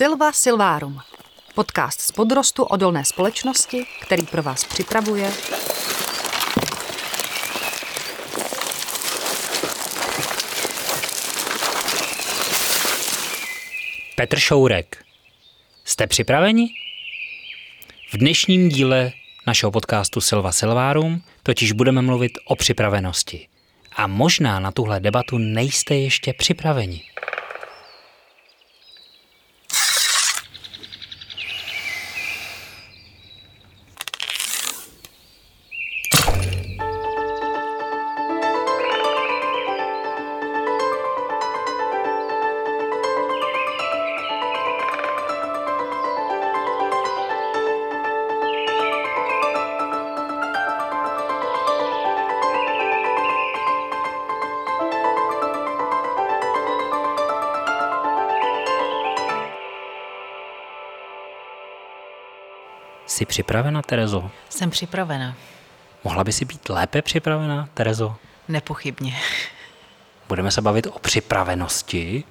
Silva Silvarum. Podcast z podrostu odolné společnosti, který pro vás připravuje Petr Šourek. Jste připraveni? V dnešním díle našeho podcastu Silva Silvarum totiž budeme mluvit o připravenosti. A možná na tuhle debatu nejste ještě připraveni. Jsi připravena, Terezo? Jsem připravena. Mohla by si být lépe připravena, Terezo? Nepochybně. Budeme se bavit o připravenosti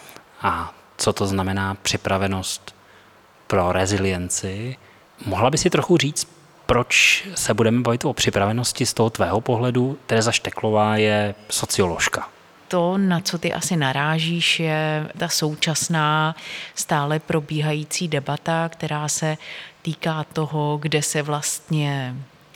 a co to znamená připravenost pro rezilienci. Mohla by si trochu říct, proč se budeme bavit o připravenosti z toho tvého pohledu? Tereza Šteklová je socioložka. To, na co ty asi narážíš, je ta současná stále probíhající debata, která se týká toho, kde se vlastně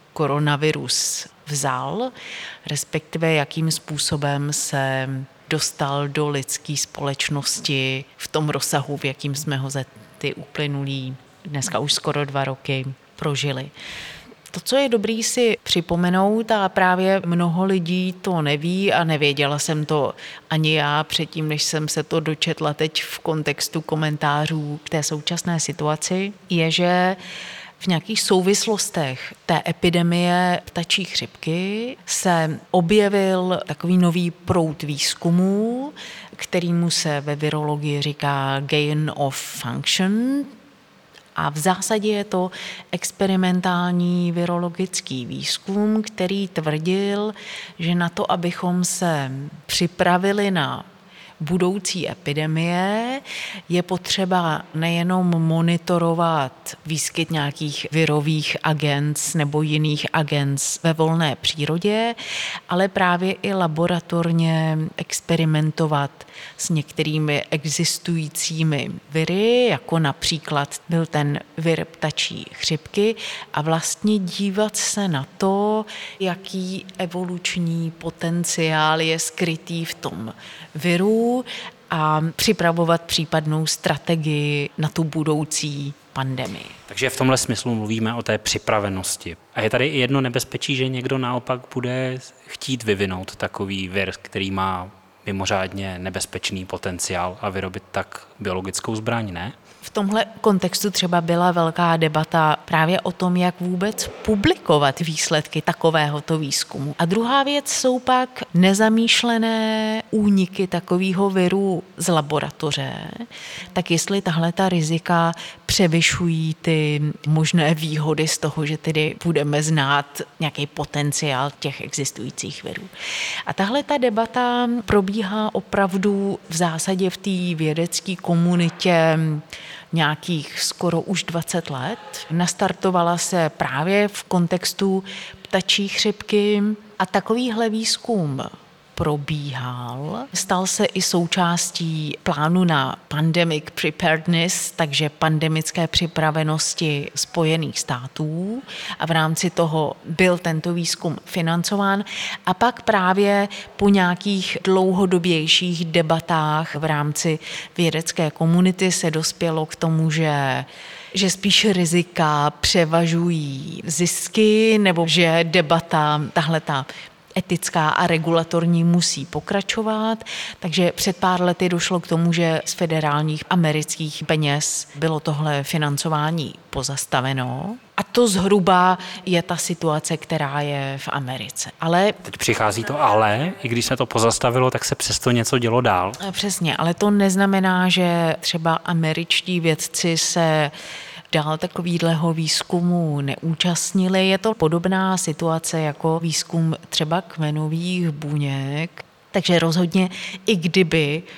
koronavirus vzal, respektive jakým způsobem se dostal do lidské společnosti v tom rozsahu, v jakým jsme ho za ty uplynulý, dneska už skoro 2 roky prožili. To, co je dobrý si připomenout, a právě mnoho lidí to neví a nevěděla jsem to ani já předtím, než jsem se to dočetla teď v kontextu komentářů k té současné situaci, je, že v nějakých souvislostech té epidemie ptačí chřipky se objevil takový nový proud výzkumů, kterýmu se ve virologii říká gain of function. A v zásadě je to experimentální virologický výzkum, který tvrdil, že na to, abychom se připravili na budoucí epidemie, je potřeba nejenom monitorovat výskyt nějakých virových agens nebo jiných agens ve volné přírodě, ale právě i laboratorně experimentovat s některými existujícími viry, jako například byl ten vir ptačí chřipky, a vlastně dívat se na to, jaký evoluční potenciál je skrytý v tom viru a připravovat případnou strategii na tu budoucí pandemii. Takže v tomhle smyslu mluvíme o té připravenosti. A je tady i jedno nebezpečí, že někdo naopak bude chtít vyvinout takový vir, který má mimořádně nebezpečný potenciál a vyrobit tak biologickou zbraň, ne? V tomhle kontextu třeba byla velká debata právě o tom, jak vůbec publikovat výsledky takovéhoto výzkumu. A druhá věc jsou pak nezamýšlené úniky takového viru z laboratoře, tak jestli tahle ta rizika převyšují ty možné výhody z toho, že tedy budeme znát nějaký potenciál těch existujících virů. A tahle ta debata probíhá opravdu v zásadě v té vědecké komunitě nějakých skoro už 20 let. Nastartovala se právě v kontextu ptačí chřipky a takovýhle výzkum probíhal. Stal se i součástí plánu na pandemic preparedness, takže pandemické připravenosti Spojených států, a v rámci toho byl tento výzkum financován. A pak právě po nějakých dlouhodobějších debatách v rámci vědecké komunity se dospělo k tomu, že spíš rizika převažují zisky, nebo že debata tahleta etická a regulatorní musí pokračovat. Takže před pár lety došlo k tomu, že z federálních amerických peněz bylo tohle financování pozastaveno. A to zhruba je ta situace, která je v Americe. Ale teď přichází to ale, i když se to pozastavilo, tak se přesto něco dělo dál. Přesně, ale to neznamená, že třeba američtí vědci se dál takovýhleho výzkumu neúčastnili. Je to podobná situace jako výzkum třeba kmenových buněk. Takže rozhodně, i kdyby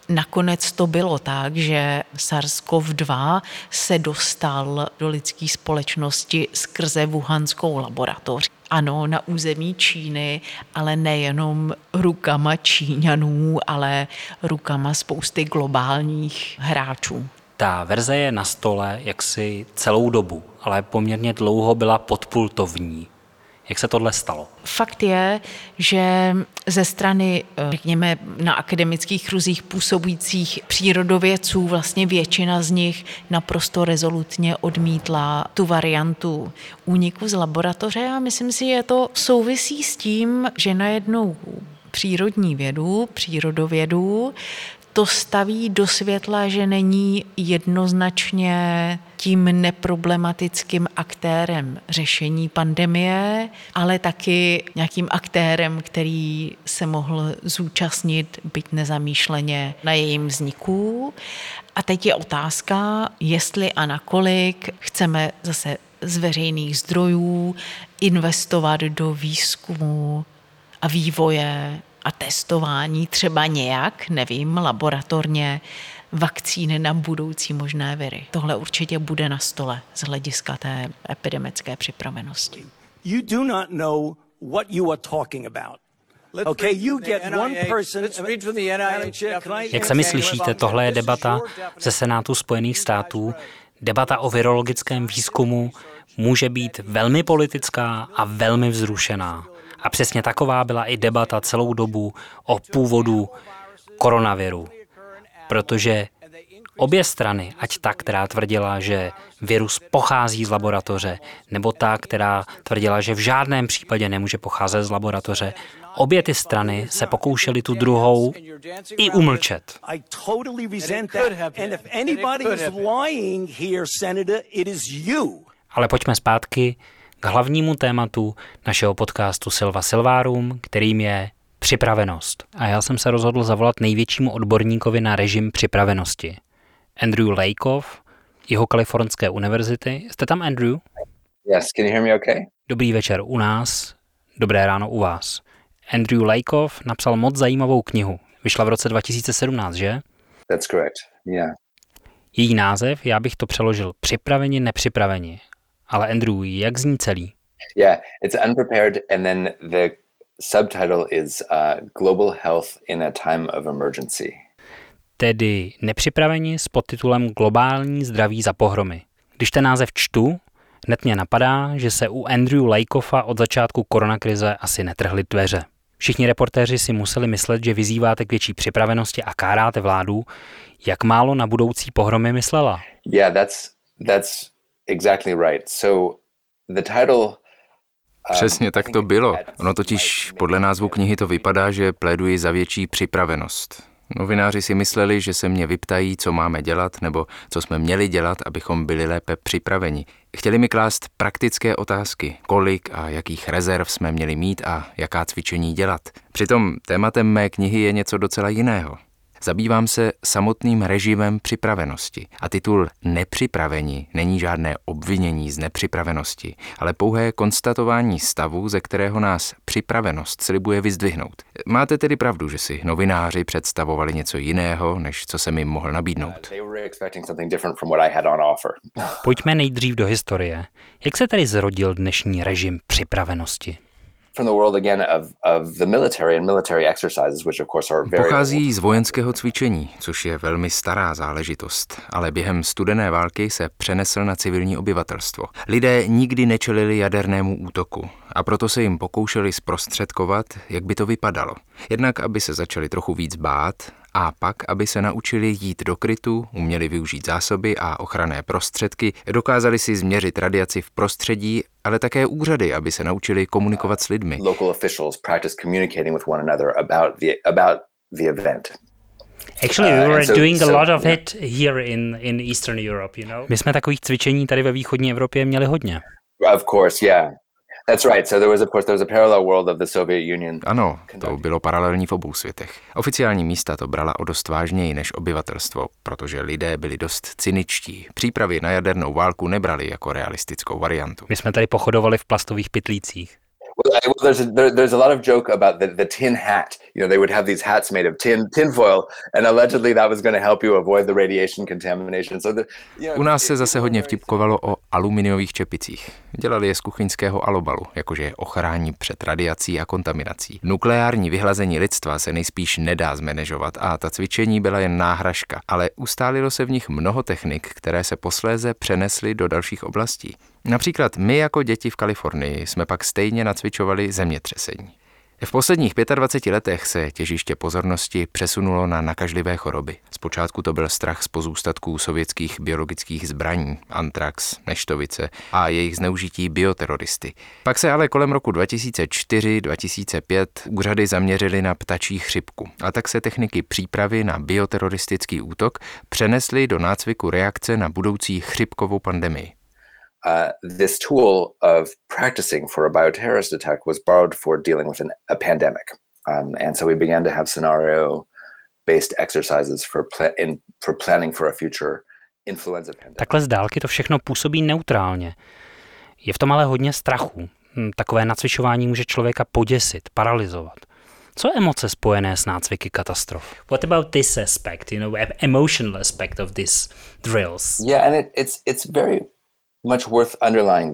nakonec to bylo tak, že SARS-CoV-2 se dostal do lidské společnosti skrze wuhanskou laboratoř. Ano, na území Číny, ale nejenom rukama Číňanů, ale rukama spousty globálních hráčů. Ta verze je na stole jaksi celou dobu, ale poměrně dlouho byla podpultovní. Jak se tohle stalo? Fakt je, že ze strany, řekněme, na akademických kruzích působících přírodovědců vlastně většina z nich naprosto rezolutně odmítla tu variantu úniku z laboratoře a myslím si, že to souvisí s tím, že najednou přírodní vědu, přírodovědu, to staví do světla, že není jednoznačně tím neproblematickým aktérem řešení pandemie, ale taky nějakým aktérem, který se mohl zúčastnit, byť nezamýšleně, na jejím vzniku. A teď je otázka, jestli a nakolik chceme zase z veřejných zdrojů investovat do výzkumu a vývoje a testování třeba nějak, nevím, laboratorně, vakcíny na budoucí možné viry. Tohle určitě bude na stole z hlediska té epidemické připravenosti. You do not know what you are talking about. Okay, you get one person. Jak sami slyšíte, tohle je debata ze Senátu Spojených států. Debata o virologickém výzkumu může být velmi politická a velmi vzrušená. A přesně taková byla i debata celou dobu o původu koronaviru. Protože obě strany, ať ta, která tvrdila, že virus pochází z laboratoře, nebo ta, která tvrdila, že v žádném případě nemůže pocházet z laboratoře, obě ty strany se pokoušely tu druhou i umlčet. Ale pojďme zpátky k hlavnímu tématu našeho podcastu Silva Silvarum, kterým je připravenost. A já jsem se rozhodl zavolat největšímu odborníkovi na režim připravenosti. Andrew Lakoff, Jihokalifornské univerzity. Jste tam, Andrew? Yes, can you hear me okay? Dobrý večer u nás, dobré ráno u vás. Andrew Lakoff napsal moc zajímavou knihu. Vyšla v roce 2017, že? That's correct, yeah. Její název, já bych to přeložil připraveni, nepřipraveni. Ale Andrew, jak zní celý? Yeah, it's unprepared and then the subtitle is Global Health in a Time of Emergency. Tedy nepřipraveni s podtitulem Globální zdraví za pohromy. Když ten název čtu, hned mě napadá, že se u Andrew Lakoffa od začátku koronakrize asi netrhly dveře. Všichni reportéři si museli myslet, že vyzýváte k větší připravenosti a káráte vládu, jak málo na budoucí pohromy myslela. Yeah, that's exactly right. So the title Přesně tak to bylo. Ono totiž podle názvu knihy to vypadá, že pléduji za větší připravenost. Novináři si mysleli, že se mě vyptají, co máme dělat, nebo co jsme měli dělat, abychom byli lépe připraveni. Chtěli mi klást praktické otázky, kolik a jakých rezerv jsme měli mít a jaká cvičení dělat. Přitom tématem mé knihy je něco docela jiného. Zabývám se samotným režimem připravenosti a titul Nepřipraveni není žádné obvinění z nepřipravenosti, ale pouhé konstatování stavu, ze kterého nás připravenost slibuje vyzdvihnout. Máte tedy pravdu, že si novináři představovali něco jiného, než co jsem jim mohl nabídnout. Pojďme nejdřív do historie. Jak se tedy zrodil dnešní režim připravenosti? Pochází z vojenského cvičení, což je velmi stará záležitost, ale během studené války se přenesl na civilní obyvatelstvo. Lidé nikdy nečelili jadernému útoku a proto se jim pokoušeli zprostředkovat, jak by to vypadalo. Jednak, aby se začali trochu víc bát, a pak, aby se naučili jít do krytu, uměli využít zásoby a ochranné prostředky, dokázali si změřit radiaci v prostředí, ale také úřady, aby se naučili komunikovat s lidmi. Actually, we were doing a lot of it here in Eastern Europe, you know. My jsme takových cvičení tady ve východní Evropě měli hodně. Of course, yeah. That's right. So there was a parallel world of the Soviet Union. Ano, to bylo paralelní v obou světech. Oficiální místa to brala o dost vážněji než obyvatelstvo, protože lidé byli dost cyničtí. Přípravy na jadernou válku nebrali jako realistickou variantu. My jsme tady pochodovali v plastových pytlících. There's a lot of joke about the tin hat. You know, they would have these hats made of tin foil, and allegedly that was going to help you avoid the radiation contamination. U nás se zase hodně vtipkovalo o aluminiových čepicích. Dělali je z kuchyňského alobalu, jakože je ochrání před radiací a kontaminací. Nukleární vyhlazení lidstva se nejspíš nedá zmanéžovat a ta cvičení byla jen náhražka, ale ustálilo se v nich mnoho technik, které se posléze přenesly do dalších oblastí. Například my jako děti v Kalifornii jsme pak stejně nacvičovali zemětřesení. V posledních 25 letech se těžiště pozornosti přesunulo na nakažlivé choroby. Zpočátku to byl strach z pozůstatků sovětských biologických zbraní, antrax, neštovice a jejich zneužití bioteroristy. Pak se ale kolem roku 2004-2005 úřady zaměřily na ptačí chřipku a tak se techniky přípravy na bioteroristický útok přenesly do nácviku reakce na budoucí chřipkovou pandemii. This tool of practicing for a bioterrorist attack was borrowed for dealing with a pandemic. And so we began to have scenario-based exercises for planning for a future influenza pandemic. Takhle z dálky to všechno působí neutrálně. Je v tom ale hodně strachu. Takové nacvičování může člověka poděsit, paralyzovat. Co emoce spojené s nácviky katastrof? What about this aspect, emotional aspect of these drills? Yeah, and it's very much worth underlining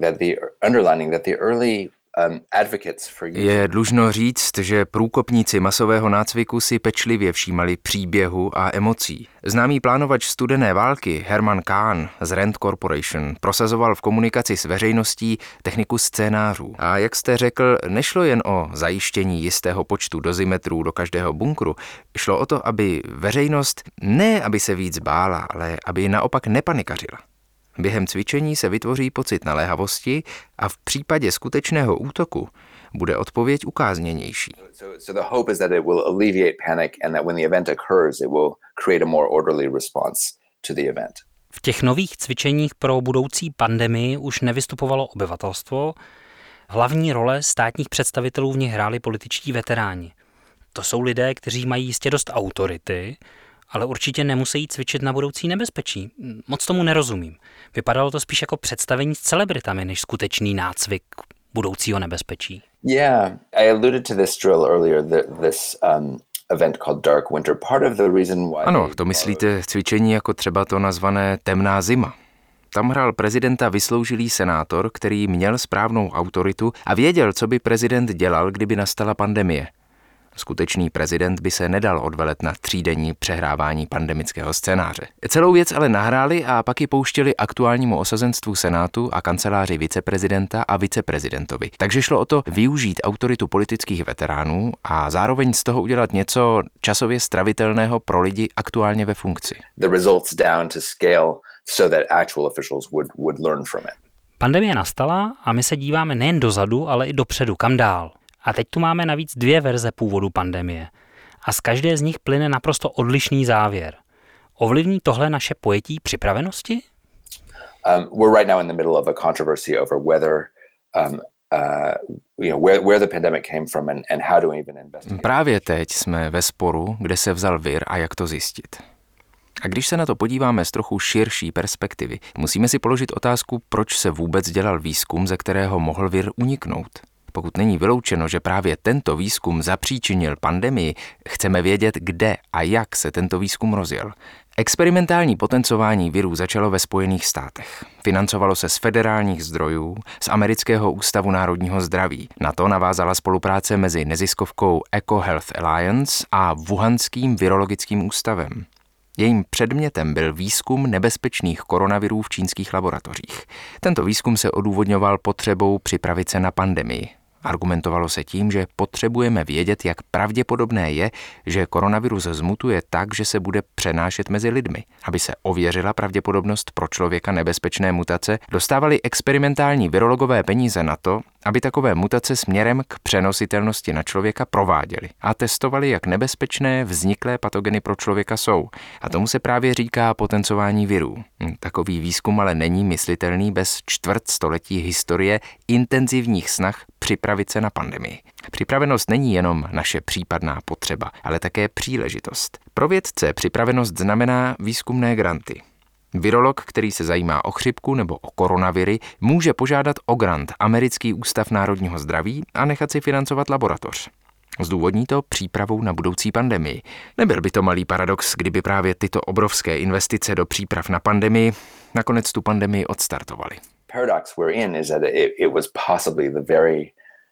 that the early advocates for using... Je dlužno říct, že průkopníci masového nácviku si pečlivě všímali příběhu a emocí. Známý plánovač studené války Herman Kahn z Rand Corporation prosazoval v komunikaci s veřejností techniku scénářů. A jak jste řekl, nešlo jen o zajištění jistého počtu dozimetrů do každého bunkru. Šlo o to, aby veřejnost ne aby se víc bála, ale aby naopak nepanikařila. Během cvičení se vytvoří pocit naléhavosti a v případě skutečného útoku bude odpověď ukázněnější. So the hope is that it will alleviate panic and that when the event occurs, it will create a more orderly response to the event. V těch nových cvičeních pro budoucí pandemii už nevystupovalo obyvatelstvo. Hlavní role státních představitelů v nich hráli političtí veteráni. To jsou lidé, kteří mají jistě dost autority, ale určitě nemusí cvičit na budoucí nebezpečí. Moc tomu nerozumím. Vypadalo to spíš jako představení s celebritami, než skutečný nácvik budoucího nebezpečí. Yeah, I alluded to this drill earlier, this event called Dark Winter. Part of the reason why... Ano, to myslíte cvičení jako třeba to nazvané Temná zima. Tam hrál prezidenta vysloužilý senátor, který měl správnou autoritu a věděl, co by prezident dělal, kdyby nastala pandemie. Skutečný prezident by se nedal odvelet na třídenní přehrávání pandemického scénáře. Celou věc ale nahráli a pak ji pouštěli aktuálnímu osazenstvu Senátu a kanceláři viceprezidenta a viceprezidentovi. Takže šlo o to využít autoritu politických veteránů a zároveň z toho udělat něco časově stravitelného pro lidi aktuálně ve funkci. The results down to scale so that actual officials would learn from it. Pandemie nastala a my se díváme nejen dozadu, ale i dopředu, kam dál. A teď tu máme navíc 2 verze původu pandemie. A z každé z nich plyne naprosto odlišný závěr. Ovlivní tohle naše pojetí připravenosti? We're right now in the middle of a controversy over whether where the pandemic came from and how to even investigate. Právě teď jsme ve sporu, kde se vzal vir a jak to zjistit. A když se na to podíváme z trochu širší perspektivy, musíme si položit otázku, proč se vůbec dělal výzkum, ze kterého mohl vir uniknout. Pokud není vyloučeno, že právě tento výzkum zapříčinil pandemii, chceme vědět, kde a jak se tento výzkum rozjel. Experimentální potencování virů začalo ve Spojených státech. Financovalo se z federálních zdrojů, z Amerického ústavu národního zdraví. Na to navázala spolupráce mezi neziskovkou EcoHealth Alliance a Wuhanským virologickým ústavem. Jejím předmětem byl výzkum nebezpečných koronavirů v čínských laboratořích. Tento výzkum se odůvodňoval potřebou připravit se na pandemii. Argumentovalo se tím, že potřebujeme vědět, jak pravděpodobné je, že koronavirus zmutuje tak, že se bude přenášet mezi lidmi. Aby se ověřila pravděpodobnost pro člověka nebezpečné mutace, dostávali experimentální virologové peníze na to, aby takové mutace směrem k přenositelnosti na člověka prováděli a testovali, jak nebezpečné vzniklé patogeny pro člověka jsou. A tomu se právě říká potencování virů. Takový výzkum ale není myslitelný bez čtvrtstoletí historie intenzivních snah připravit se na pandemii. Připravenost není jenom naše případná potřeba, ale také příležitost. Pro vědce připravenost znamená výzkumné granty. Virolog, který se zajímá o chřipku nebo o koronaviry, může požádat o grant Americký ústav národního zdraví a nechat si financovat laboratoř. Zdůvodní to přípravou na budoucí pandemii. Nebyl by to malý paradox, kdyby právě tyto obrovské investice do příprav na pandemii nakonec tu pandemii odstartovaly. Paradox we're in is that it was possibly the very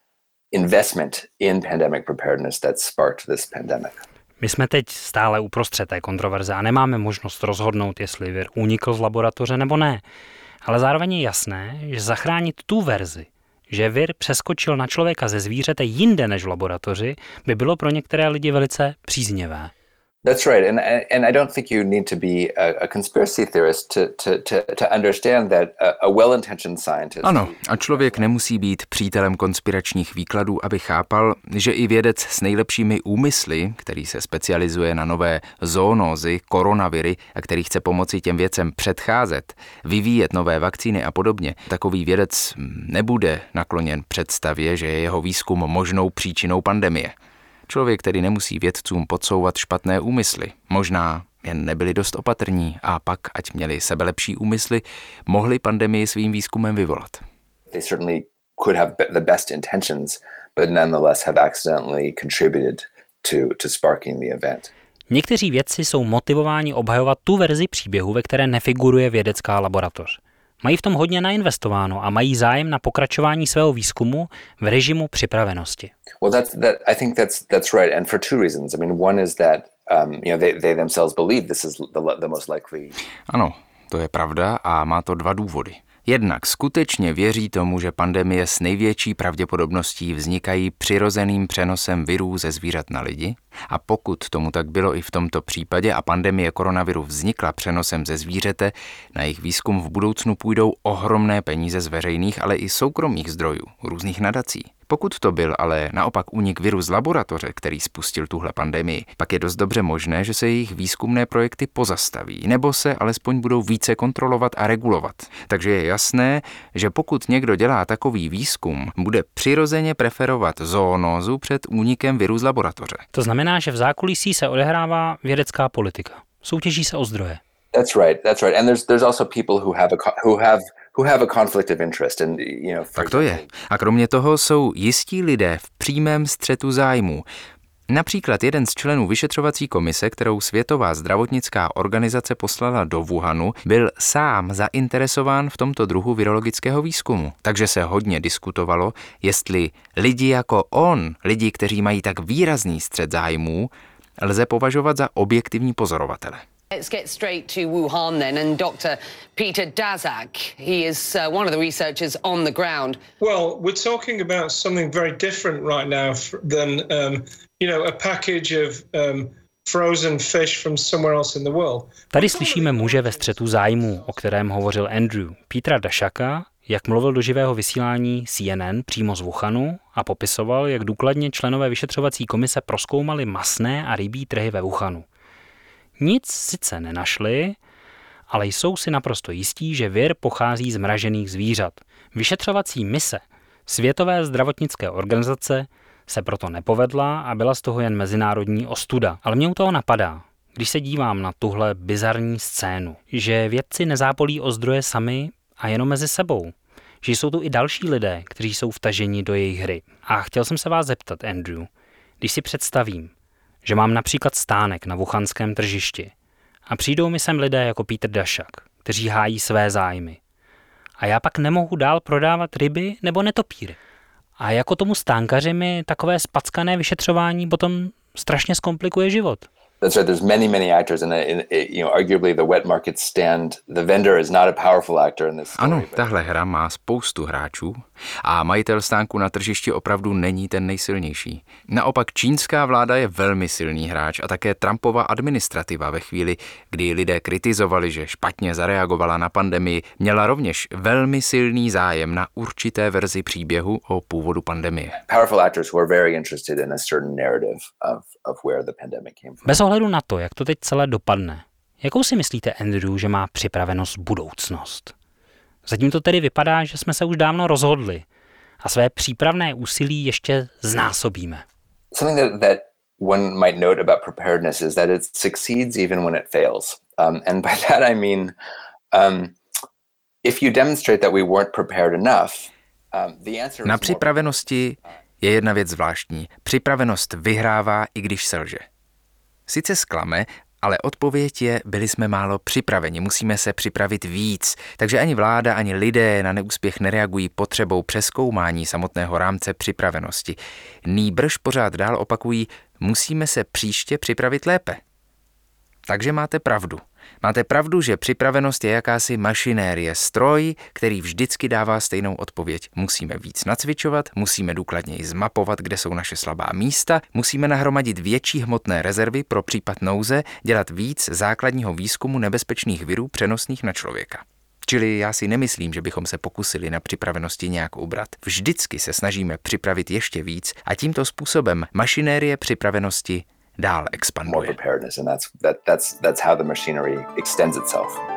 investment in pandemic preparedness that sparked this pandemic. My jsme teď stále uprostřed té kontroverze a nemáme možnost rozhodnout, jestli vir unikl z laboratoře nebo ne. Ale zároveň je jasné, že zachránit tu verzi, že vir přeskočil na člověka ze zvířete jinde než v laboratoři, by bylo pro některé lidi velice příznivé. That's right, and I don't think you need to be a conspiracy theorist to understand that a well-intentioned scientist. Ano, a člověk nemusí být přítelem konspiračních výkladů, aby chápal, že i vědec s nejlepšími úmysly, který se specializuje na nové zoonózy, koronaviry a který chce pomoci těm věcem předcházet, vyvíjet nové vakcíny a podobně, takový vědec nebude nakloněn představě, že je jeho výzkum možnou příčinou pandemie. Člověk tedy nemusí vědcům podsouvat špatné úmysly. Možná jen nebyli dost opatrní a pak, ať měli sebelepší úmysly, mohli pandemii svým výzkumem vyvolat. They certainly could have the best intentions, but nonetheless have accidentally contributed to sparking the event. Někteří vědci jsou motivováni obhajovat tu verzi příběhu, ve které nefiguruje vědecká laboratoř. Mají v tom hodně nainvestováno a mají zájem na pokračování svého výzkumu v režimu připravenosti. Well, I think that's right, and for two reasons. I mean, one is that they themselves believe this is the most likely. Ano, to je pravda a má to dva důvody. Jednak skutečně věří tomu, že pandemie s největší pravděpodobností vznikají přirozeným přenosem virů ze zvířat na lidi. A pokud tomu tak bylo i v tomto případě a pandemie koronaviru vznikla přenosem ze zvířete, na jejich výzkum v budoucnu půjdou ohromné peníze z veřejných, ale i soukromých zdrojů, různých nadací. Pokud to byl ale naopak únik viru z laboratoře, který spustil tuhle pandemii, pak je dost dobře možné, že se jejich výzkumné projekty pozastaví, nebo se alespoň budou více kontrolovat a regulovat. Takže je jasné, že pokud někdo dělá takový výzkum, bude přirozeně preferovat zoonózu před únikem viru z laboratoře. To znamená, že v zákulisí se odehrává vědecká politika. Soutěží se o zdroje. That's right. And there's also people who have a conflict of interest, and Tak to je. A kromě toho jsou jistí lidé v přímém střetu zájmů. Například jeden z členů vyšetřovací komise, kterou Světová zdravotnická organizace poslala do Wuhanu, byl sám zainteresován v tomto druhu virologického výzkumu. Takže se hodně diskutovalo, jestli lidi jako on, lidi, kteří mají tak výrazný střet zájmů, lze považovat za objektivní pozorovatele. Let's get straight to Wuhan then, and Dr. Peter Daszak. He is one of the researchers on the ground. Well, we're talking about something very different right now than, a package of frozen fish from somewhere else in the world. Tady slyšíme muže ve střetu zájmů, o kterém hovořil Andrew, Petra Daszaka, jak mluvil do živého vysílání CNN přímo z Wuhanu a popisoval, jak důkladně členové vyšetřovací komise prozkoumali masné a rybí trhy ve Wuhanu. Nic sice nenašli, ale jsou si naprosto jistí, že vir pochází z mražených zvířat. Vyšetřovací mise Světové zdravotnické organizace se proto nepovedla a byla z toho jen mezinárodní ostuda. Ale mě u toho napadá, když se dívám na tuhle bizarní scénu, že vědci nezápolí o zdroje sami a jenom mezi sebou. Že jsou tu i další lidé, kteří jsou vtaženi do jejich hry. A chtěl jsem se vás zeptat, Andrew, když si představím, že mám například stánek na wuhanském tržišti a přijdou mi sem lidé jako Peter Daszak, kteří hájí své zájmy. A já pak nemohu dál prodávat ryby nebo netopíry. A jako tomu stánkaři mi takové spackané vyšetřování potom strašně zkomplikuje život. That's right. There's many actors, and arguably the wet market stand. The vendor is not a powerful actor in this story. Ano, tahle hra má spoustu hráčů a majitel stánku na tržišti opravdu není ten nejsilnější. Naopak čínská vláda je velmi silný hráč a také Trumpova administrativa ve chvíli, kdy lidé kritizovali, že špatně zareagovala na pandemii, měla rovněž velmi silný zájem na určité verzi příběhu o původu pandemie. Powerful actors were very interested in a certain narrative of where the pandemic came from. Bez ohledu na to, jak to teď celé dopadne, jakou si myslíte, Andrew, že má připravenost budoucnost? Zatím to tedy vypadá, že jsme se už dávno rozhodli a své přípravné úsilí ještě znásobíme. Something that one might note about preparedness is that it succeeds even when it fails. And by that I mean If you demonstrate that we weren't prepared enough, Na připravenosti je jedna věc zvláštní. Připravenost vyhrává, i když selže. Sice zklame, ale odpověď je, byli jsme málo připraveni, musíme se připravit víc, takže ani vláda, ani lidé na neúspěch nereagují potřebou přezkoumání samotného rámce připravenosti. Nýbrž pořád dál opakují, musíme se příště připravit lépe. Takže máte pravdu. Máte pravdu, že připravenost je jakási mašinérie, stroj, který vždycky dává stejnou odpověď. Musíme víc nacvičovat, musíme důkladněji zmapovat, kde jsou naše slabá místa, musíme nahromadit větší hmotné rezervy pro případ nouze, dělat víc základního výzkumu nebezpečných virů přenosných na člověka. Čili já si nemyslím, že bychom se pokusili na připravenosti nějak ubrat. Vždycky se snažíme připravit ještě víc a tímto způsobem mašinérie připravenosti dál expanduje. More preparedness, and that's how the machinery extends itself.